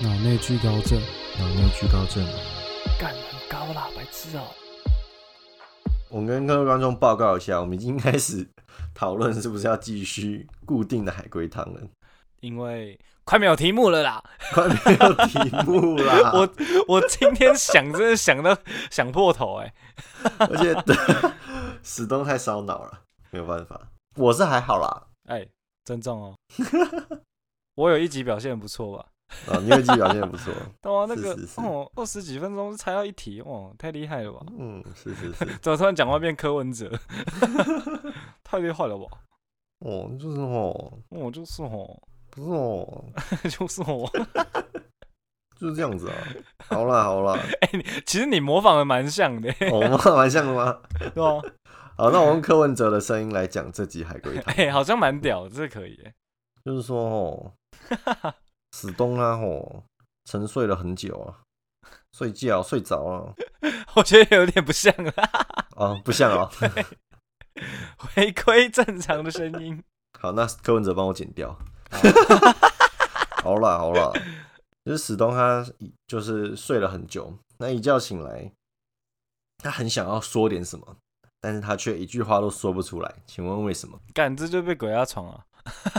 脑内聚高症， 脑内聚高症， 干很高啦，白痴哦。 我跟各位观众报告一下，我们已经开始讨论是不是要继续固定的海龟汤了， 因为快没有题目了啦， 快没有题目啦。 我今天真的想破头而且史东太烧脑了，没有办法。我是还好啦， 尊重哦。我有一集表现得不错吧？ 你有一集表现得不错。 对啊，那个是 20几分钟猜到一题，太厉害了吧？ 是。 怎么突然讲话变柯文哲？太厉害了吧？ 就是就是不是就是就是这样子啊。好啦。 其实你模仿的蛮像的。 我模仿蛮像的吗？ 对啊。 好，那我用柯文哲的声音来讲这集海龟汤。 好像蛮屌的，这可以。 就是说史东啊沉睡了很久啊，睡着了。 我觉得有点不像啦。 不像哦。 回归正常的声音。 好，那柯文哲帮我剪掉。好啦，就是史东他就是睡了很久，那一觉醒来，他很想要说点什么，但是他却一句话都说不出来。请问为什么？ 干，这就被鬼压床啊。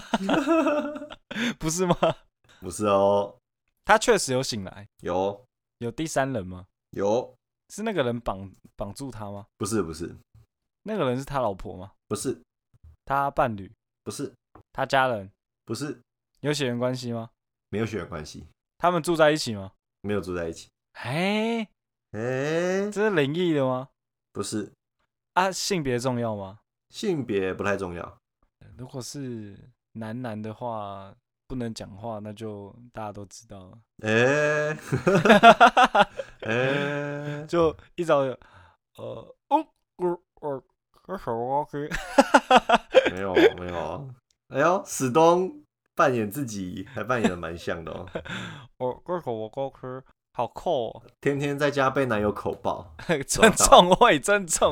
不是吗？ 不是哦。 他确实有醒来。 有第三人吗？ 有。 是那个人绑住他吗？ 不是。 那个人是他老婆吗？ 不是。 他伴侣？ 不是。 他家人？ 不是。 有血缘关系吗？ 没有血缘关系。 他们住在一起吗？ 没有住在一起。 这是灵异的吗？ 不是。 性别重要吗？ 性别不太重要。 如果是男的话，不能讲话，那就大家都知道了。就一早没有。哎呦，史东扮演自己还扮演的蛮像的哦。 好酷哦！ 天天在家被男友口爆。 尊重尊重。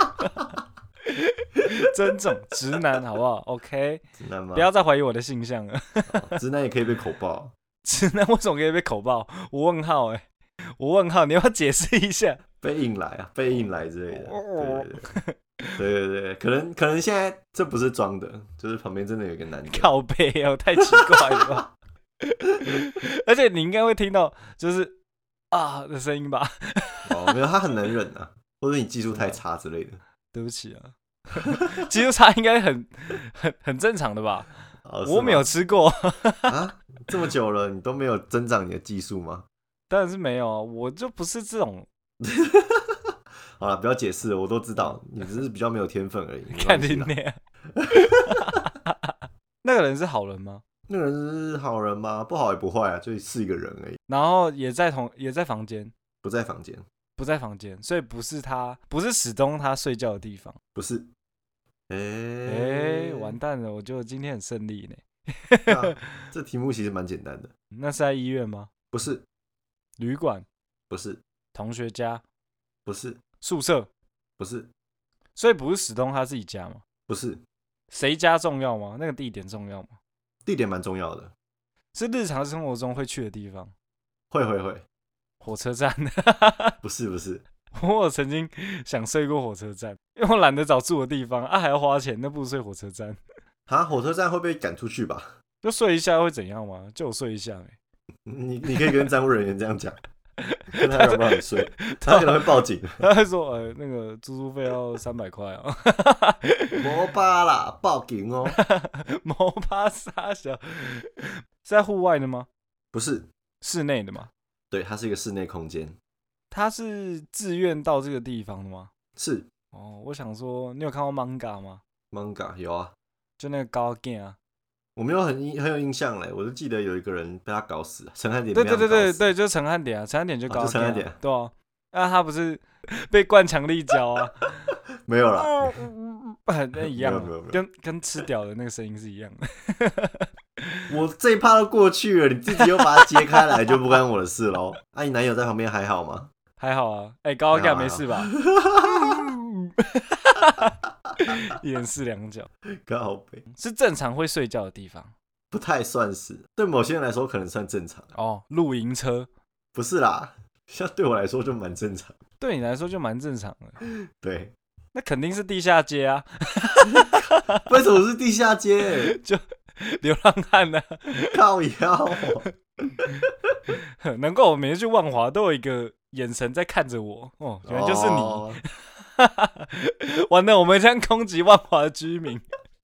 尊重直男好不好 ？OK， 直男吗？ 不要再怀疑我的性向了。 直男也可以被口爆。 直男为什么可以被口爆？我问号你要不要解释一下？ 被硬来之类的。对，可能现在这不是装的，就是旁边真的有一个男的。 靠背太奇怪了吧？而且你应该会听到就是的声音吧？ 没有，他很能忍啊，或者你技术太差之类的。 对不起啊。技术差应该很正常的吧？我没有吃过。 这么久了，你都没有增长你的技术吗？ 当然是没有啊，我就不是这种。 好了，不要解释了，我都知道，你只是比较没有天分而已。 看你那那个人是好人吗？ 那个人是好人吗？不好也不坏啊，就是一个人而已。 然后也在房间？ 不在房间。 不在房间，所以不是史东他睡觉的地方。 不是。 完蛋了，我觉得我今天很胜利呢。 这题目其实蛮简单的。 那是在医院吗？ 不是。 旅馆？ 不是。 同学家？ 不是。 宿舍？ 不是。 所以不是史东他自己家吗？ 不是。 谁家重要吗？那个地点重要吗？ 地点蛮重要的。 是日常生活中会去的地方？ 会。 火车站？ 不是。 我曾经想睡过火车站，因为我懒得找住的地方还要花钱，那不如睡火车站。 火车站会被赶出去吧？ 就睡一下会怎样吗？就我睡一下你可以跟站务人员这样讲，看他有没有很睡，他可能会报警。 他会说那个住宿费要300块啊。 没巴啦，报警哦。 没巴傻小。是在户外的吗？ 不是。 室内的吗？ 对，它是一个室内空间。 他是自愿到这个地方的吗？ 是。 我想说，你有看过 manga 吗？ manga 有啊， 就那个高健啊。 我没有很有印象嘞，我就记得有一个人被他搞死了，陈汉典。 对，就是陈汉典啊，陈汉典就高健、 陈汉典。 对啊，他不是被灌强力胶啊？ 没有啦。 那一样， 没有跟吃屌的那个声音是一样的。 我这一趴都过去了，你自己又把它揭开来，就不关我的事喽。你男友在旁边还好吗？ 还好啊。高干没事吧？一人4两脚， 靠北。 是正常会睡觉的地方。 不太算是，对某些人来说可能算正常。 哦，露营车不是啦，像对我来说就蛮正常。 对你来说就蛮正常的。 对， 那肯定是地下街啊， 为什么是地下街？ 就流浪汉啊。 靠腰、 难怪我每次去万华都有一个眼神在看着我。哦，原来就是你。 哦完了，我们将攻击万华的居民。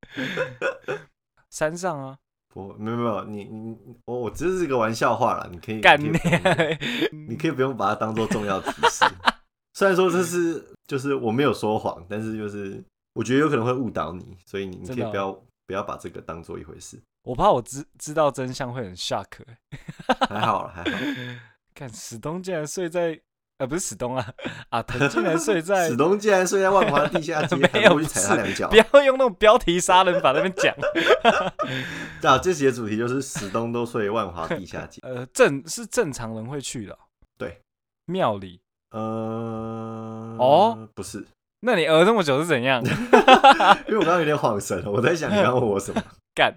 山上啊， 没有，我只是一个玩笑话啦，你可以干你你可以不用把它当做重要提示。虽然说这是就是我没有说谎，但是就是我觉得有可能会误导你，所以你可以不要把这个当做一回事。 我怕我知道真相会很 shock。 还好。 看史东竟然睡在，不是史东啊，阿腾竟然睡在史东竟然睡在万华地下街， 没有， 我去踩他两脚。 不要用那种标题杀人法在那边讲。 这集的主题就是史东都睡万华地下街。 是正常人会去的哦。 对， 庙里。 不是。 那你这么久是怎样？ 因为我刚刚有点恍神了，我在想你刚刚问我什么。 干。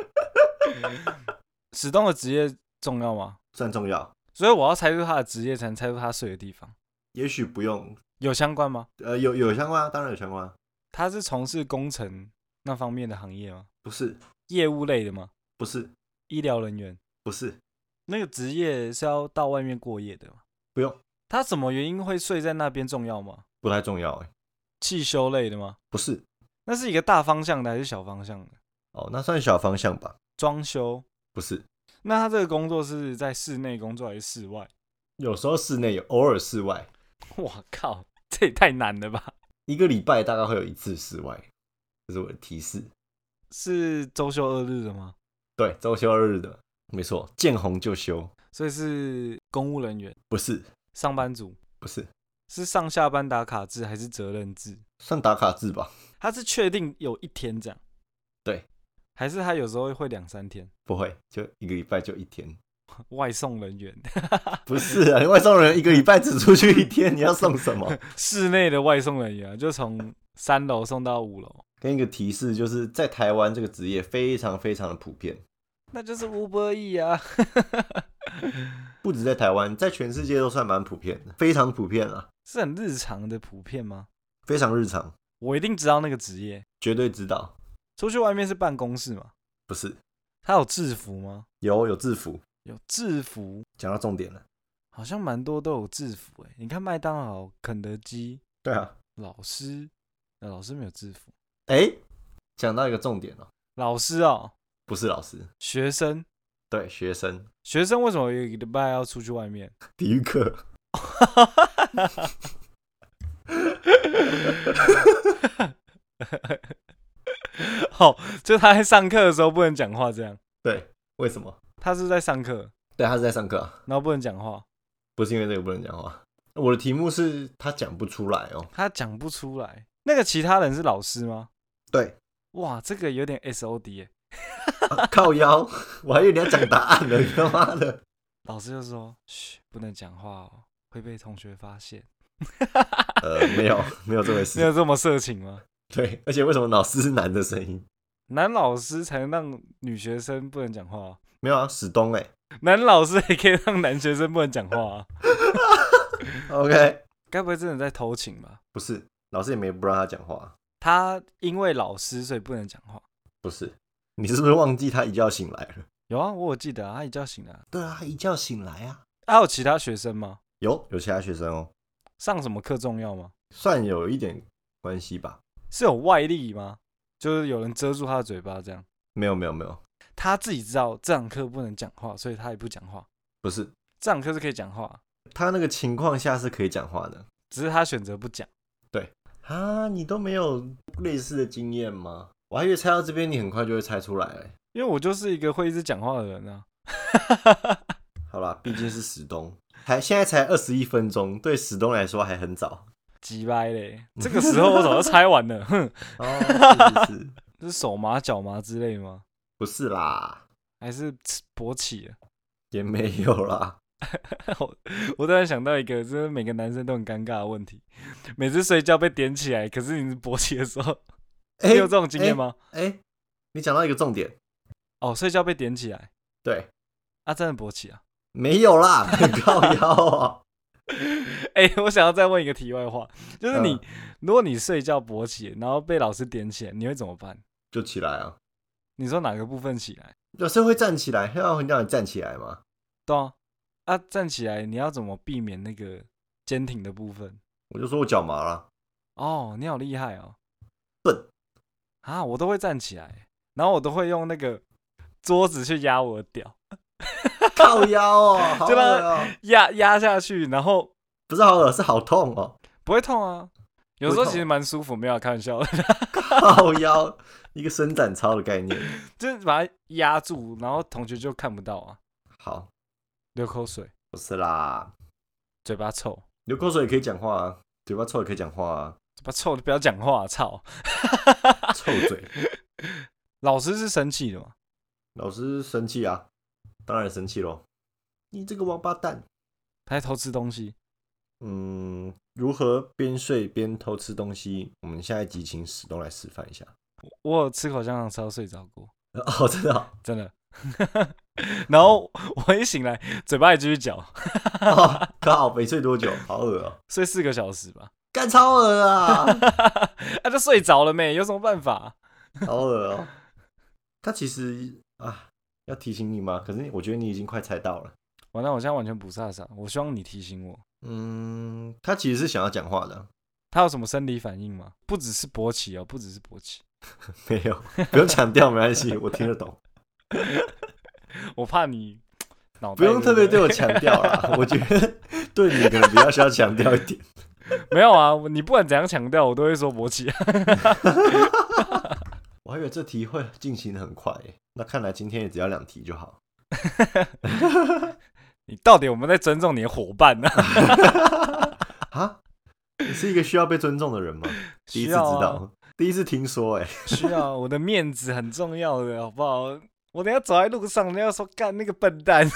史东的职业重要吗？ 算重要。 所以我要猜出他的职业，才能猜出他睡的地方。 也许不用。 有相关吗？ 有相关啊，当然有相关啊。 他是从事工程那方面的行业吗？ 不是。 业务类的吗？ 不是。 医疗人员？ 不是。 那个职业是要到外面过夜的吗？ 不用。 他什么原因会睡在那边重要吗？ 不太重要欸。 汽修类的吗？ 不是。 那是一个大方向的还是小方向的？ 那算小方向吧。 装修？ 不是。 那他这个工作是在室内工作还是室外？ 有时候室内，偶尔室外。 哇靠，这也太难了吧！ 一个礼拜大概会有一次室外，这是我的提示。 是周休2日的吗？ 对，周休2日的，没错，见红就休。 所以是公务人员？ 不是。 上班族？ 不是。 是上下班打卡制还是责任制？ 算打卡制吧。 他是确定有一天这样？ 对。 还是他有时候会2-3天？ 不会，就一个礼拜就1天。 外送人员？ 不是啊，外送人员一个礼拜只出去1天，你要送什么？ 室内的外送人员就从3楼送到5楼。 给你一个提示，就是在台湾这个职业非常非常的普遍。 那就是 Uber Eats 啊。 不止在台湾，在全世界都算蛮普遍的，非常普遍啊。 是很日常的普遍吗？ 非常日常。 我一定知道那个职业。 绝对知道。 出去外面是办公室吗？ 不是。 他有制服吗？ 有制服。 有制服。讲到重点了。 好像蛮多都有制服欸。你看麦当劳、肯德基。 对啊。 老师没有制服。 讲到一个重点了。 老师哦。 不是老师。 学生。 对，学生。 学生为什么有一个礼拜要出去外面？ 体育课。 就他在上课的时候不能讲话这样。 对，为什么？ 他是在上课。 对，他是在上课啊。 然后不能讲话。 不是因为这个不能讲话，我的题目是他讲不出来哦。 他讲不出来。那个其他人是老师吗？ 对。 哇，这个有点 SOD 耶。 靠腰，我还以为你要讲答案了，他妈的！ 老师就说：“嘘，不能讲话哦，会被同学发现。” 没有这回事。 没有这么色情吗？ 对，而且为什么老师是男的声音？ 男老师才能让女学生不能讲话啊。 没有啊，史东男老师也可以让男学生不能讲话啊。 OK， 该不会真的在偷情吧？ 不是，老师也没不让他讲话。 他因为老师所以不能讲话。 不是，你是不是忘记他一觉醒来了？ 有啊，我有记得啊，他一觉醒来。 对啊，他一觉醒来啊。 还有其他学生吗？ 有其他学生哦。 上什么课重要吗？ 算有一点关系吧。 是有外力吗？就是有人遮住他的嘴巴这样？ 没有。 他自己知道这堂课不能讲话，所以他也不讲话。 不是， 这堂课是可以讲话。 他那个情况下是可以讲话的， 只是他选择不讲。 对啊，你都没有类似的经验吗？我还以为猜到这边你很快就会猜出来因为我就是一个会一直讲话的人啊。 好啦，毕竟是史东，现在才21分钟，对史东来说还很早。 鸡掰嘞！这个时候我早就猜完了。哼。 是。 这是手麻脚麻之类吗？ 不是啦。 还是勃起了？ 也没有啦。 我突然想到一个，就是每个男生都很尴尬的问题：每次睡觉被点起来，可是你勃起的时候，你有这种经验吗？ 你讲到一个重点， 哦，睡觉被点起来， 对， 啊，真的勃起啊？ 没有啦，靠腰哦。 我想要再问一个题外话，就是嗯如果你睡觉勃起，然后被老师点起来，你会怎么办？ 就起来啊， 你说哪个部分起来？ 有时候会站起来，要很叫你站起来嘛。 对啊，啊，站起来你要怎么避免那个坚挺的部分？ 我就说我脚麻了， 哦，你好厉害哦！ 笨啊，我都会站起来，然后我都会用那个桌子去压我的屌， 靠腰哦，好就恶让哦， 压下去，然后不是好恶，是好痛哦， 不会痛啊。有时不会痛候其实蛮舒服，没有开玩笑的， 靠腰，一个伸展操的概念。 就是把它压住，然后同学就看不到啊， 好， 流口水， 不是啦， 嘴巴臭， 流口水也可以讲话啊，嘴巴臭也可以讲话啊， 嘴巴臭的不要讲话，操！ 臭嘴。 老师是生气的吗？ 老师生气啊，当然生气咯。你这个王八蛋！ 他在偷吃东西， 如何边睡边偷吃东西？我们下一集请史东来示范一下。 我有吃口香糖吃到睡着过， 哦，真的哦， 真的。然后我一醒来，嘴巴也继续嚼， 哦靠，没睡多久，好恶哦， 睡4个小时吧。 干超恶啊， 他就睡着了没？有什么办法？ 好恶哦。他其实啊，要提醒你吗？可是我觉得你已经快猜到了。 完了，我现在完全不飒飒。我希望你提醒我， 他其实是想要讲话的， 他有什么生理反应吗？不只是勃起哦，不只是勃起。 没有，不用强调，没关系，我听得懂， 我怕你脑袋不用特别对我强调啦。我觉得对你可能比较需要强调一点。 没有啊，你不管怎样强调，我都会说勃起啊。 我还以为这题会进行的很快耶，那看来今天也只要2题就好。 你到底有没有在尊重你的伙伴呢？ 啊，你是一个需要被尊重的人吗？第一次知道，第一次听说， 需要，我的面子很重要的，好不好？我等一下走在路上，人家说干那个笨蛋。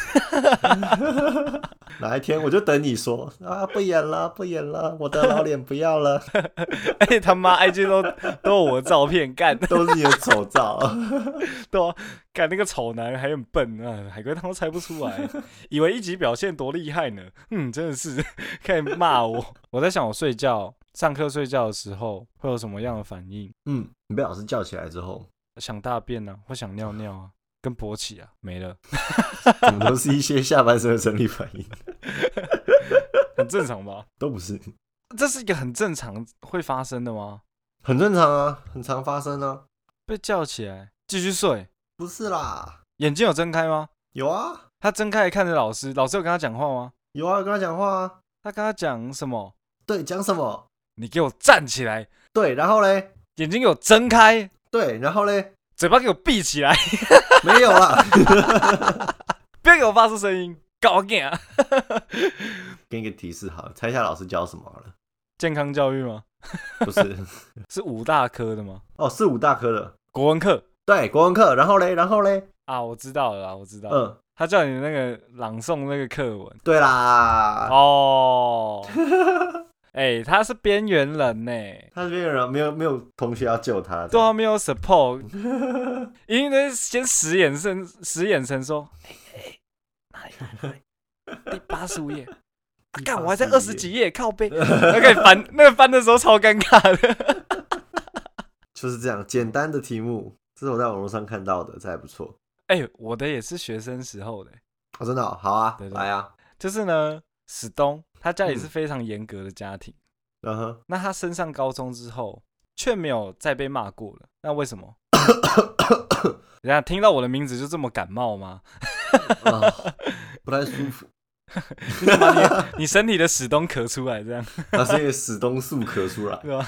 哪一天我就等你说啊，不演了，不演了，我的老脸不要了。 他妈 IG 都有我的照片，干都是你的丑照。 对啊，干那个丑男还很笨啊，海龟汤都猜不出来，以为一集表现多厉害呢。真的是可以骂我。我在想，我睡觉上课睡觉的时候会有什么样的反应？ 你被老师叫起来之后， 想大便啊，或想尿尿啊，跟勃起啊，没了。 怎么都是一些下半身的生理反应， 很正常吧？ 都不是， 这是一个很正常会发生的吗？ 很正常啊，很常发生啊。 被叫起来继续睡， 不是啦， 眼睛有睁开吗？ 有啊， 他睁开来看着老师，老师有跟他讲话吗？ 有啊，有跟他讲话啊。 他跟他讲什么？ 对，讲什么？ 你给我站起来， 对，然后嘞， 眼睛给我睁开， 对，然后嘞， 嘴巴给我闭起来， 没有啦。 不要给我发出声音，搞紧啊！ 给你个提示好了，猜一下老师教什么好了？ 健康教育吗？ 不是， 是5大科的吗？ 哦，是5大科的国文课对，国文课。然后嘞，然后嘞， 啊，我知道了啦，我知道了。他叫你那个朗诵那个课文。 对啦。 哦，他是边缘人呢。 他是边缘人，没有同学要救他。 对啊，没有 support， 一定得先使眼神说，哪里？第85页。干，我还在20几页，靠背。那个翻的时候超尴尬的。 就是这样简单的题目，这是我在网络上看到的，这还不错。 我的也是学生时候的。 哦，真的哦，好啊， 对来啊。 就是呢，史东他家里是非常严格的家庭。那他升上高中之后，却没有再被骂过了。那为什么？人家听到我的名字就这么感冒吗？ 不太舒服。 你怎么你身体的史东咳出来这样？ 它是一个史东素咳出来， 对吧？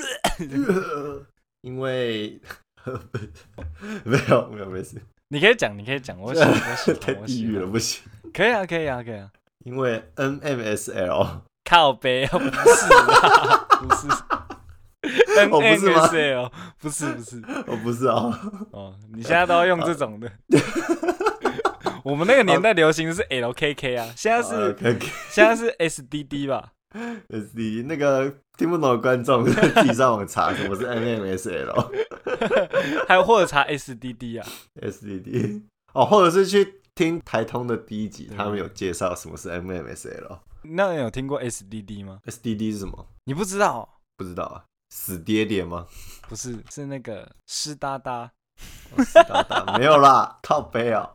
因为没有没事。 你可以讲，我喜欢， 太地狱了，不行。 可以啊。 因为 NMSL 靠背不是啦，不是。 不是吗？ 不是。 不是哦。 你现在都要用这种的。我们那个年代流行的是 LKK 啊，现在是 SDD 吧？ SDD 那个听不懂的观众自己上网查什么是 MMSL， 还有或者查 SDD 啊 SDD 哦，或者是去听台通的第一集，他们有介绍什么是 MMSL。 那你有听过 SDD 吗？ SDD 是什么？ 你不知道？ 不知道啊，死爹爹吗？ 不是，是那个湿哒哒。 死哒哒没有啦，靠背啊、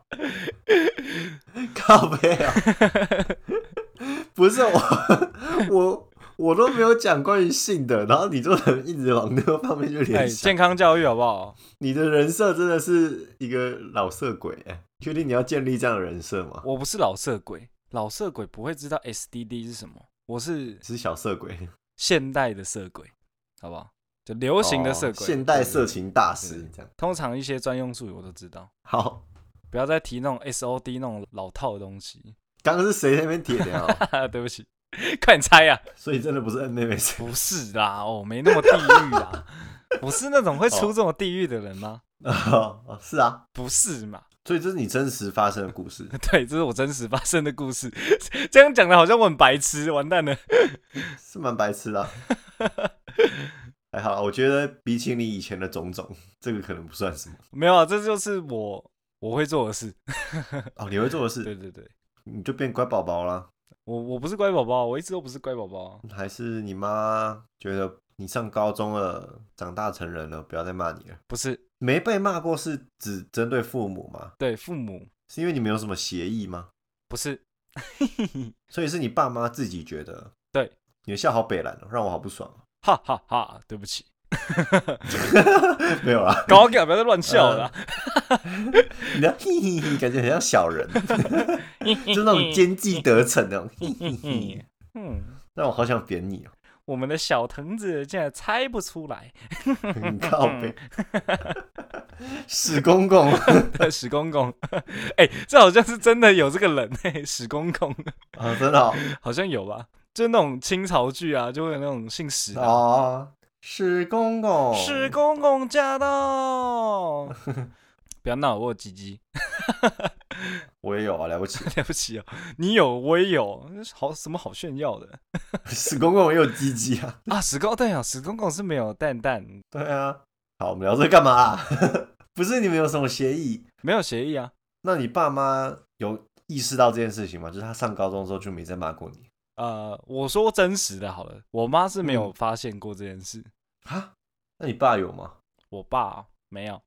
靠背啊、不是我都没有讲关于性的，然后你就能一直往那个方面去联想。 健康教育好不好？ 你的人设真的是一个老色鬼确定你要建立这样的人设吗？ 我不是老色鬼，老色鬼不会知道 SDD 是什么，我是小色鬼， 现代的色鬼，好不好？就流行的色鬼， 现代色情大师这样。 通常一些专用术语我都知道。 好， 不要再提那种 SOD 那种老套的东西。 刚刚是谁在那边提的？ 对不起，快点猜啊！ 所以真的不是 MMS， 不是啦，哦，没那么地狱啦。我是那种会出这么地狱的人吗？ 是啊， 不是嘛？ 所以这是你真实发生的故事。 对，这是我真实发生的故事。这样讲的好像我很白痴，完蛋了。 是蛮白痴的。还好，我觉得比起你以前的种种，这个可能不算什么。 没有啊，这就是我会做的事。 哦，你会做的事？ 对对对， 你就变乖宝宝啦。 我不是乖宝宝，我一直都不是乖宝宝。 还是你妈觉得你上高中了，长大成人了，不要再骂你了？ 不是， 没被骂过是只针对父母吗？ 对，父母。 是因为你们有什么协议吗？ 不是， 所以是你爸妈自己觉得。 对， 你的笑好北蓝哦，让我好不爽哦。 哈哈哈，对不起。 没有啦， 搞不要再乱笑了啦。 你的嘿嘿嘿感觉很像小人，就那种奸计得逞那种。让我好想扁你哦。 我们的小藤子竟然猜不出来。 很靠北。史公公， 史公公，这好像是真的有这个人史公公啊，真的哦， 好像有吧？就是那种清朝剧啊，就会有那种姓史的哦，史公公， 史公公驾到！不要闹，我有鸡鸡。 我也有啊，了不起， 了不起哦！你有，我也有，好什么好炫耀的？ 史公公也有鸡鸡啊！ 啊，史公公是没有蛋蛋。 对啊，好，我们聊这干嘛啊？不是你们有什么协议？ 没有协议啊。 那你爸妈有意识到这件事情吗？就是他上高中之后就没再骂过你。 我说真实的好了，我妈是没有发现过这件事。 啊？那你爸有吗？ 我爸没有。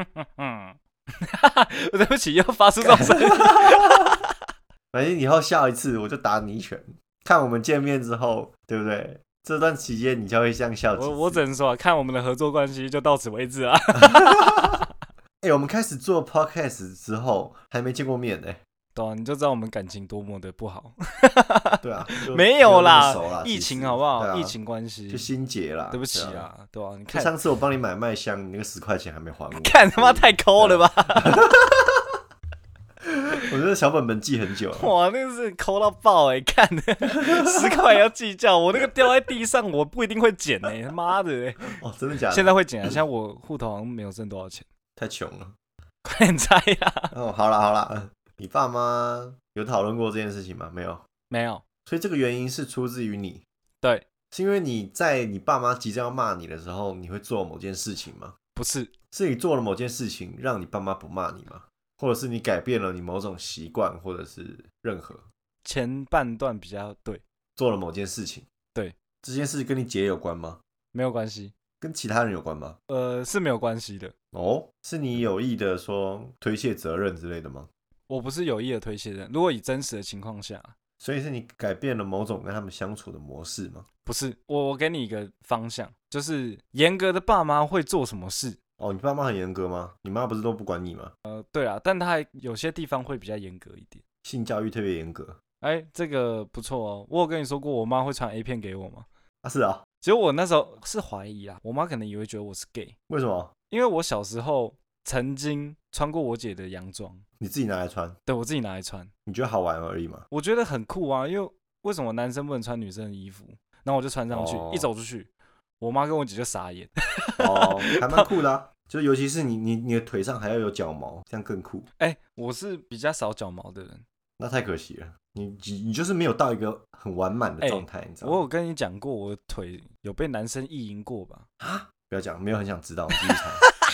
对不起，又发出这种声音。 反正以后下一次我就打你一拳，看我们见面之后，对不对？这段期间你就会像笑几次。 我只能说，看我们的合作关系就到此为止啊。 我们开始做 podcast 之后还没见过面呢。 对啊，你就知道我们感情多么的不好。 对啊， 没有啦，疫疫情好不好？疫情关系， 就心结啦。 对不起啦，对啊，你看上次我帮你买麦香，你那个10块钱还没还我， 看他妈太抠了吧！ 我觉得小本本记很久了。 哇，那个是抠到爆看10块要计较，我那个掉在地上，我不一定会捡妈的哦，真的假的？ 现在会捡啊，现在我户头好像没有剩多少钱， 太穷了。 快点猜呀！ 哦，好啦，你爸妈有讨论过这件事情吗？没有， 没有。 所以这个原因是出自于你。 对， 是因为你在你爸妈即将要骂你的时候，你会做某件事情吗？ 不是， 是你做了某件事情让你爸妈不骂你吗？或者是你改变了你某种习惯，或者是任何前半段比较对， 做了某件事情。 对， 这件事跟你姐有关吗？ 没有关系。 跟其他人有关吗？ 是没有关系的。 哦，是你有意的说推卸责任之类的吗？ 我不是有意的推卸人，如果以真实的情况下， 所以是你改变了某种跟他们相处的模式吗？ 不是，我给你一个方向，就是严格的爸妈会做什么事。 哦，你爸妈很严格吗？你妈不是都不管你吗？ 对啊，但他有些地方会比较严格一点， 性教育特别严格。 这个不错哦。我有跟你说过，我妈会传 A 片给我吗？ 啊，是啊。 其实我那时候是怀疑啦，我妈可能也会觉得我是 gay。 为什么？ 因为我小时候曾经穿过我姐的洋装。 你自己拿来穿？ 对，我自己拿来穿。 你觉得好玩而已吗？ 我觉得很酷啊，因为为什么男生不能穿女生的衣服？然后我就穿上去，一走出去，我妈跟我姐就傻眼。 哦，还蛮酷的啊。就尤其是你的腿上还要有脚毛，这样更酷。 我是比较少脚毛的人。 那太可惜了， 你就是没有到一个很完满的状态，你知道吗？ 我有跟你讲过，我的腿有被男生意淫过吧？ 啊，不要讲，没有很想知道，我继续猜。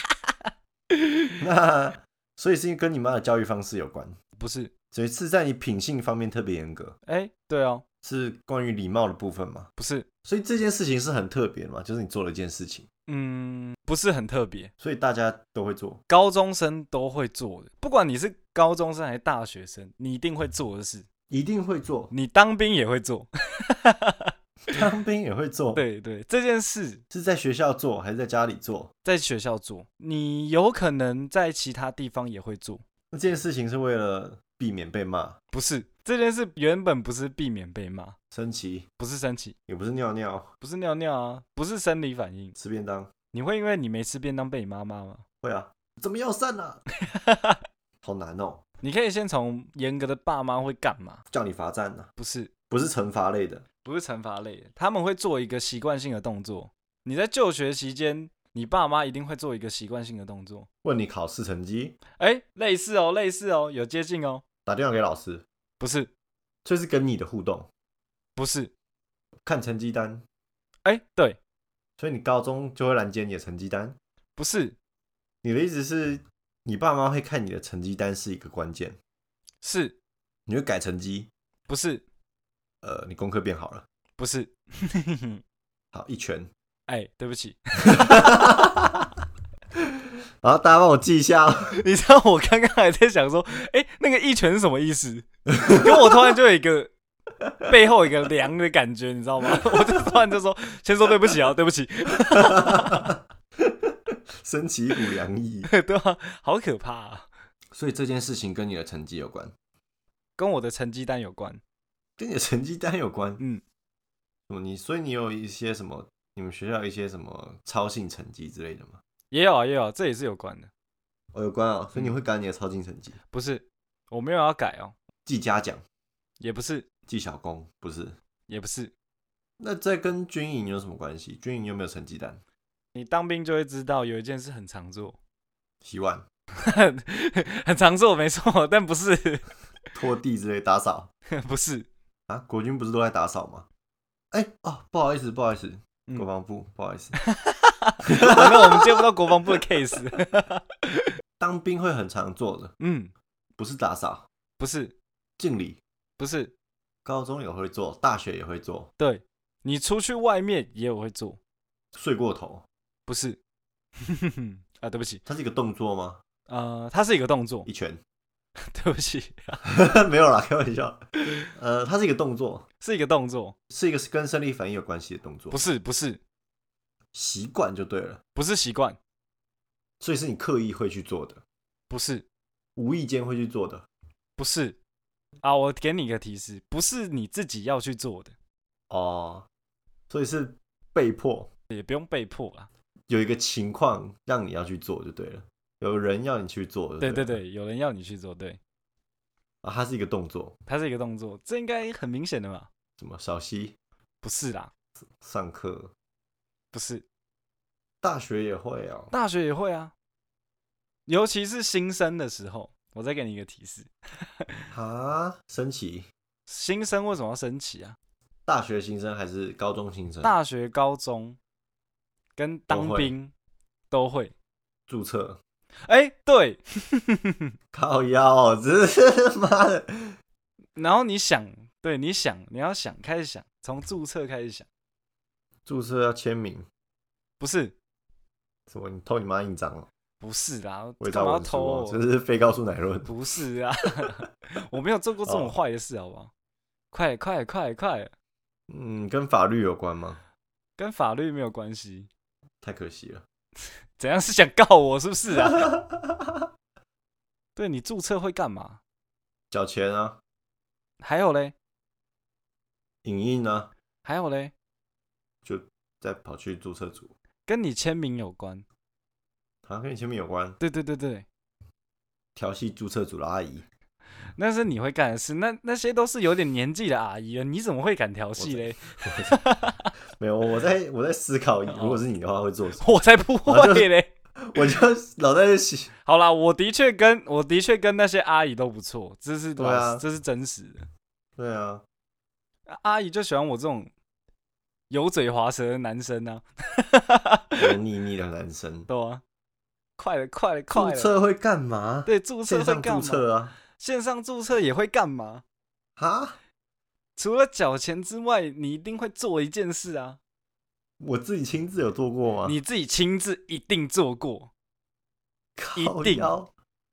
那所以是跟你妈的教育方式有关？ 不是， 所以是在你品性方面特别严格？ 对哦， 是关于礼貌的部分吗？ 不是， 所以这件事情是很特别的嘛，就是你做了一件事情， 不是很特别， 所以大家都会做。 高中生都会做的，不管你是高中生还是大学生，你一定会做的事， 一定会做， 你当兵也会做， 当兵也会做。 对，这件事是在学校做还是在家里做？ 在学校做，你有可能在其他地方也会做。 那这件事情是为了避免被骂？ 不是，这件事原本不是避免被骂， 升旗？ 不是生气， 也不是尿尿？ 不是尿尿啊，不是生理反应。 吃便当？ 你会因为你没吃便当被你妈骂吗？ 会啊。怎么要散啊？好难哦。 你可以先从严格的爸妈会干嘛？ 叫你罚站啊？ 不是， 不是惩罚类的。 不是惩罚类的，他们会做一个习惯性的动作。你在就学期间，你爸妈一定会做一个习惯性的动作。 问你考试成绩？ 类似哦，有接近哦。 打电话给老师？ 不是， 所以是跟你的互动？ 不是， 看成绩单？ 对， 所以你高中就会拦截你的成绩单？ 不是， 你的意思是你爸妈会看你的成绩单是一个关键？ 是， 你会改成绩？ 不是， 你功课变好了？ 不是， 好，一拳。 对不起。 然后大家帮我记一下哦。 你知道我刚刚还在想说，那个一拳是什么意思？因为我突然就有一个背后一个凉的感觉，你知道吗？我就突然就说，先说对不起啊，对不起。 升起一股凉意。 对啊，好可怕啊！ 所以这件事情跟你的成绩有关？ 跟我的成绩单有关。 跟你的成绩单有关？所以你有一些什么？你们学校有一些什么超性成绩之类的吗？ 也有，这也是有关的。 有关啊，所以你会改你的超性成绩？ 不是，我没有要改哦。 记嘉奖？ 也不是。 记小功？不是。 也不是。 那这跟军营有什么关系？军营有没有成绩单？ 你当兵就会知道，有一件事很常做。 洗碗？ 很常做，没错，但不是。 拖地之类，打扫？ 不是啊，国军不是都在打扫吗？不好意思，国防部，不好意思。 那我们接不到国防部的 case。 当兵会很常做的，不是打扫， 不是敬礼， 不是， 高中也会做，大学也会做， 对，你出去外面也有会做， 睡过头， 不是。对不起， 它是一个动作吗？ 它是一个动作。 一拳。 对不起。 没有啦，开玩笑。它是一个动作， 是一个动作， 是一个跟生理反应有关系的动作。 不是， 习惯就对了， 不是习惯， 所以是你刻意会去做的， 不是， 无意间会去做的， 不是。我给你一个提示，不是你自己要去做的。 所以是被迫， 也不用被迫啦， 有一个情况让你要去做就对了，有人要你去做就对， 对，有人要你去做，对。 它是一个动作， 它是一个动作，这应该很明显的吧？ 什么小溪？ 不是啦， 上课？ 不是， 大学也会啊， 大学也会啊，尤其是新生的时候。我再给你一个提示。 升旗？ 新生为什么要升旗啊？ 大学新生还是高中新生？ 大学、高中跟当兵都会注册。 对。 靠腰哦，真是妈的。 然后你要想，开始想，从注册开始想。 注册要签名？ 不是。 什么？你偷你妈印章哦？ 不是啦， 伪干嘛要造文书哦？ 偷？ 这是非告诉乃论。 不是啊。我没有做过这种坏的事，好不好？快！ 跟法律有关吗？ 跟法律没有关系。 太可惜了。 怎样，是想告我是不是啊？对，你注册会干嘛？ 缴钱啊。 还有嘞？ 影印啊。 还有嘞？ 就再跑去注册组。 跟你签名有关。 跟你签名有关？ 对。 调戏注册组的阿姨。 那是你会干的事，那些都是有点年纪的阿姨了，你怎么会敢调戏嘞？ 没有，我在思考，如果是你的话会做什么？ 我才不会嘞！ 我就脑袋就洗。 好啦，我的确跟那些阿姨都不错，这是真实的。 对啊， 阿姨就喜欢我这种油嘴滑舌的男生啊， 油腻腻的男生。 对啊，快了， 注册会干嘛？ 对，注册会干嘛？ 线上注册啊？ 线上注册也会干嘛？ 哈？ 除了缴钱之外，你一定会做一件事啊！ 我自己亲自有做过吗？ 你自己亲自一定做过，一靠定腰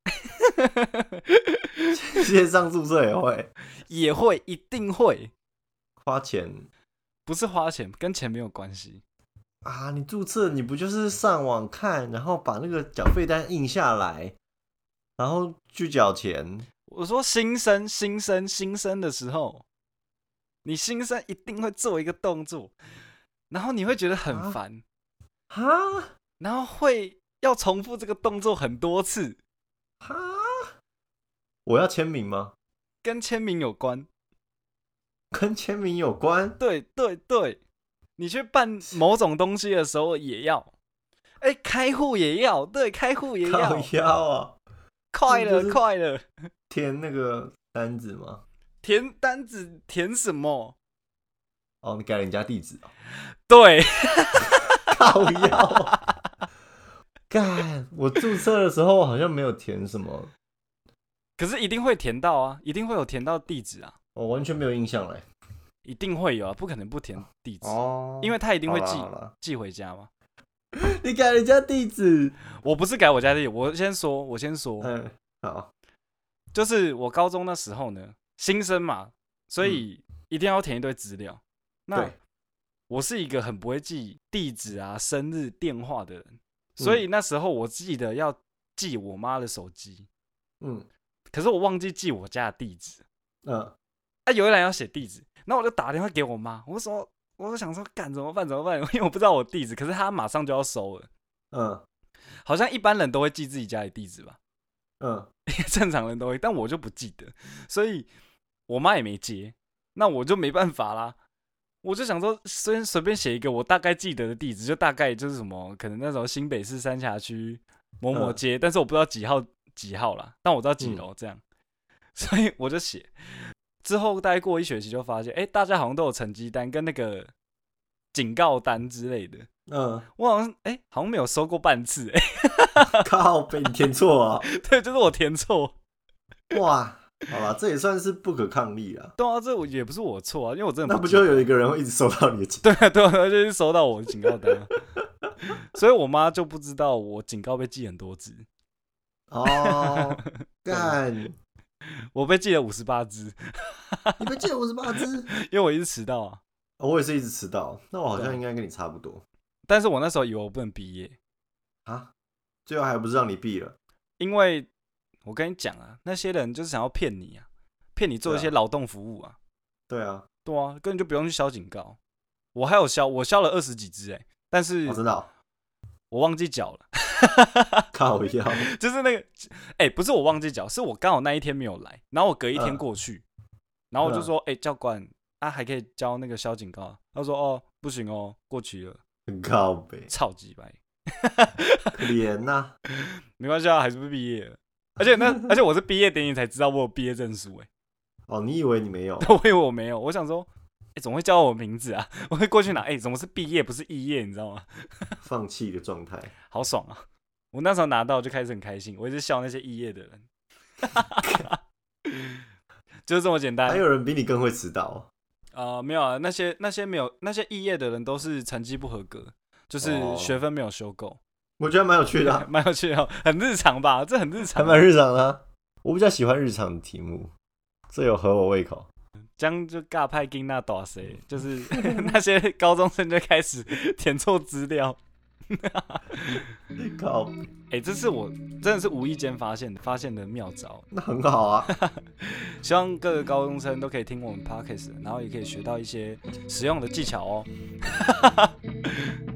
线上注册也会，一定会， 花钱不是花钱，跟钱没有关系。 啊！你注册你不就是上网看，然后把那个缴费单印下来，然后去缴钱？ 我说新生的时候，你新生一定会做一个动作，然后你会觉得很烦， 哈， 然后会要重复这个动作很多次。 哈，我要签名吗？ 跟签名有关。 跟签名有关？ 对，你去办某种东西的时候也要，开户也要，对，开户也要。 靠腰啊！ 快了， 填那个单子吗？ 填单子填什么？ 哦，你改人家地址啊？ 对， 靠腰啊！干，我注册的时候好像没有填什么， 可是一定会填到啊，一定会有填到地址啊， 我完全没有印象嘞。 一定会有啊，不可能不填地址哦， 因为他一定会寄回家嘛。 你改人家地址？ 我不是改我家地址，我先说， 好， 就是我高中那时候呢，新生嘛，所以一定要填一堆资料。那我是一个很不会记地址啊、生日、电话的人，所以那时候我记得要记我妈的手机，可是我忘记记我家的地址，有一栏要写地址，然后我就打电话给我妈，我就想说干怎么办？因为我不知道我地址，可是她马上就要收了，好像一般人都会记自己家里地址吧，正常人都会，但我就不记得，所以我妈也没接，那我就没办法啦。我就想说，随便写一个我大概记得的地址，就大概就是什么，可能那种新北市三峡区某某街，但是我不知道几号啦，但我知道几楼这样，所以我就写。之后大概过一学期就发现，大家好像都有成绩单跟那个警告单之类的，我好像没有收过半次， 靠，被你填错啊！ 对，就是我填错。 哇，好啦，这也算是不可抗力啦。 对啊，这也不是我错啊，因为我真的那不就有一个人会一直收到你的警告？对啊，就是收到我的警告单，所以我妈就不知道我警告被记很多支。 哦，干， 我被记了58支。 你被记了58支？ 因为我一直迟到啊。 我也是一直迟到，那我好像应该跟你差不多。 但是我那时候以为我不能毕业啊，最后还不是让你毕了？ 因为我跟你讲啊，那些人就是想要骗你啊，骗你做一些劳动服务啊。 对啊， 根本就不用去消警告。我还有我消了20几支但是我知道， 我忘记缴了。 靠腰， 就是那个不是我忘记缴，是我刚好那一天没有来，然后我隔一天过去，然后我就说教官还可以交那个消警告，他说不行过期了， 很靠北， 超级白， 可怜呐。 没关系啊，还是不毕业了，而且我是毕业典礼才知道我有毕业证书你以为你没有？ 我以为我没有，我想说怎么会叫我名字啊？我会过去拿怎么是毕业不是肄业，你知道吗？ 放弃的状态， 好爽啊！我那时候拿到就开始很开心，我一直笑那些肄业的人，就是这么简单。 还有人比你更会迟到没有啊，那些没有那些肄业的人都是成绩不合格，就是学分没有修够。 我觉得蛮有趣的， 蛮有趣的，很日常吧？这很日常， 还蛮日常的。我比较喜欢日常的题目，这有合我胃口。 这样就尬派金那大谁，就是那些高中生就开始填错资料。 靠！ 这是我真的是无意间发现的妙招。 那很好啊！ 希望各个高中生都可以听我们 Podcast， 然后也可以学到一些实用的技巧哦。